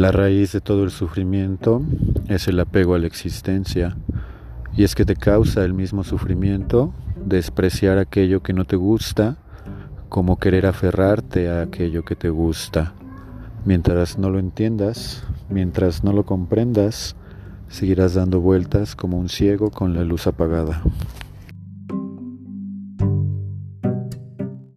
La raíz de todo el sufrimiento es el apego a la existencia, y es que te causa el mismo sufrimiento despreciar aquello que no te gusta, como querer aferrarte a aquello que te gusta. Mientras no lo entiendas, mientras no lo comprendas, seguirás dando vueltas como un ciego con la luz apagada.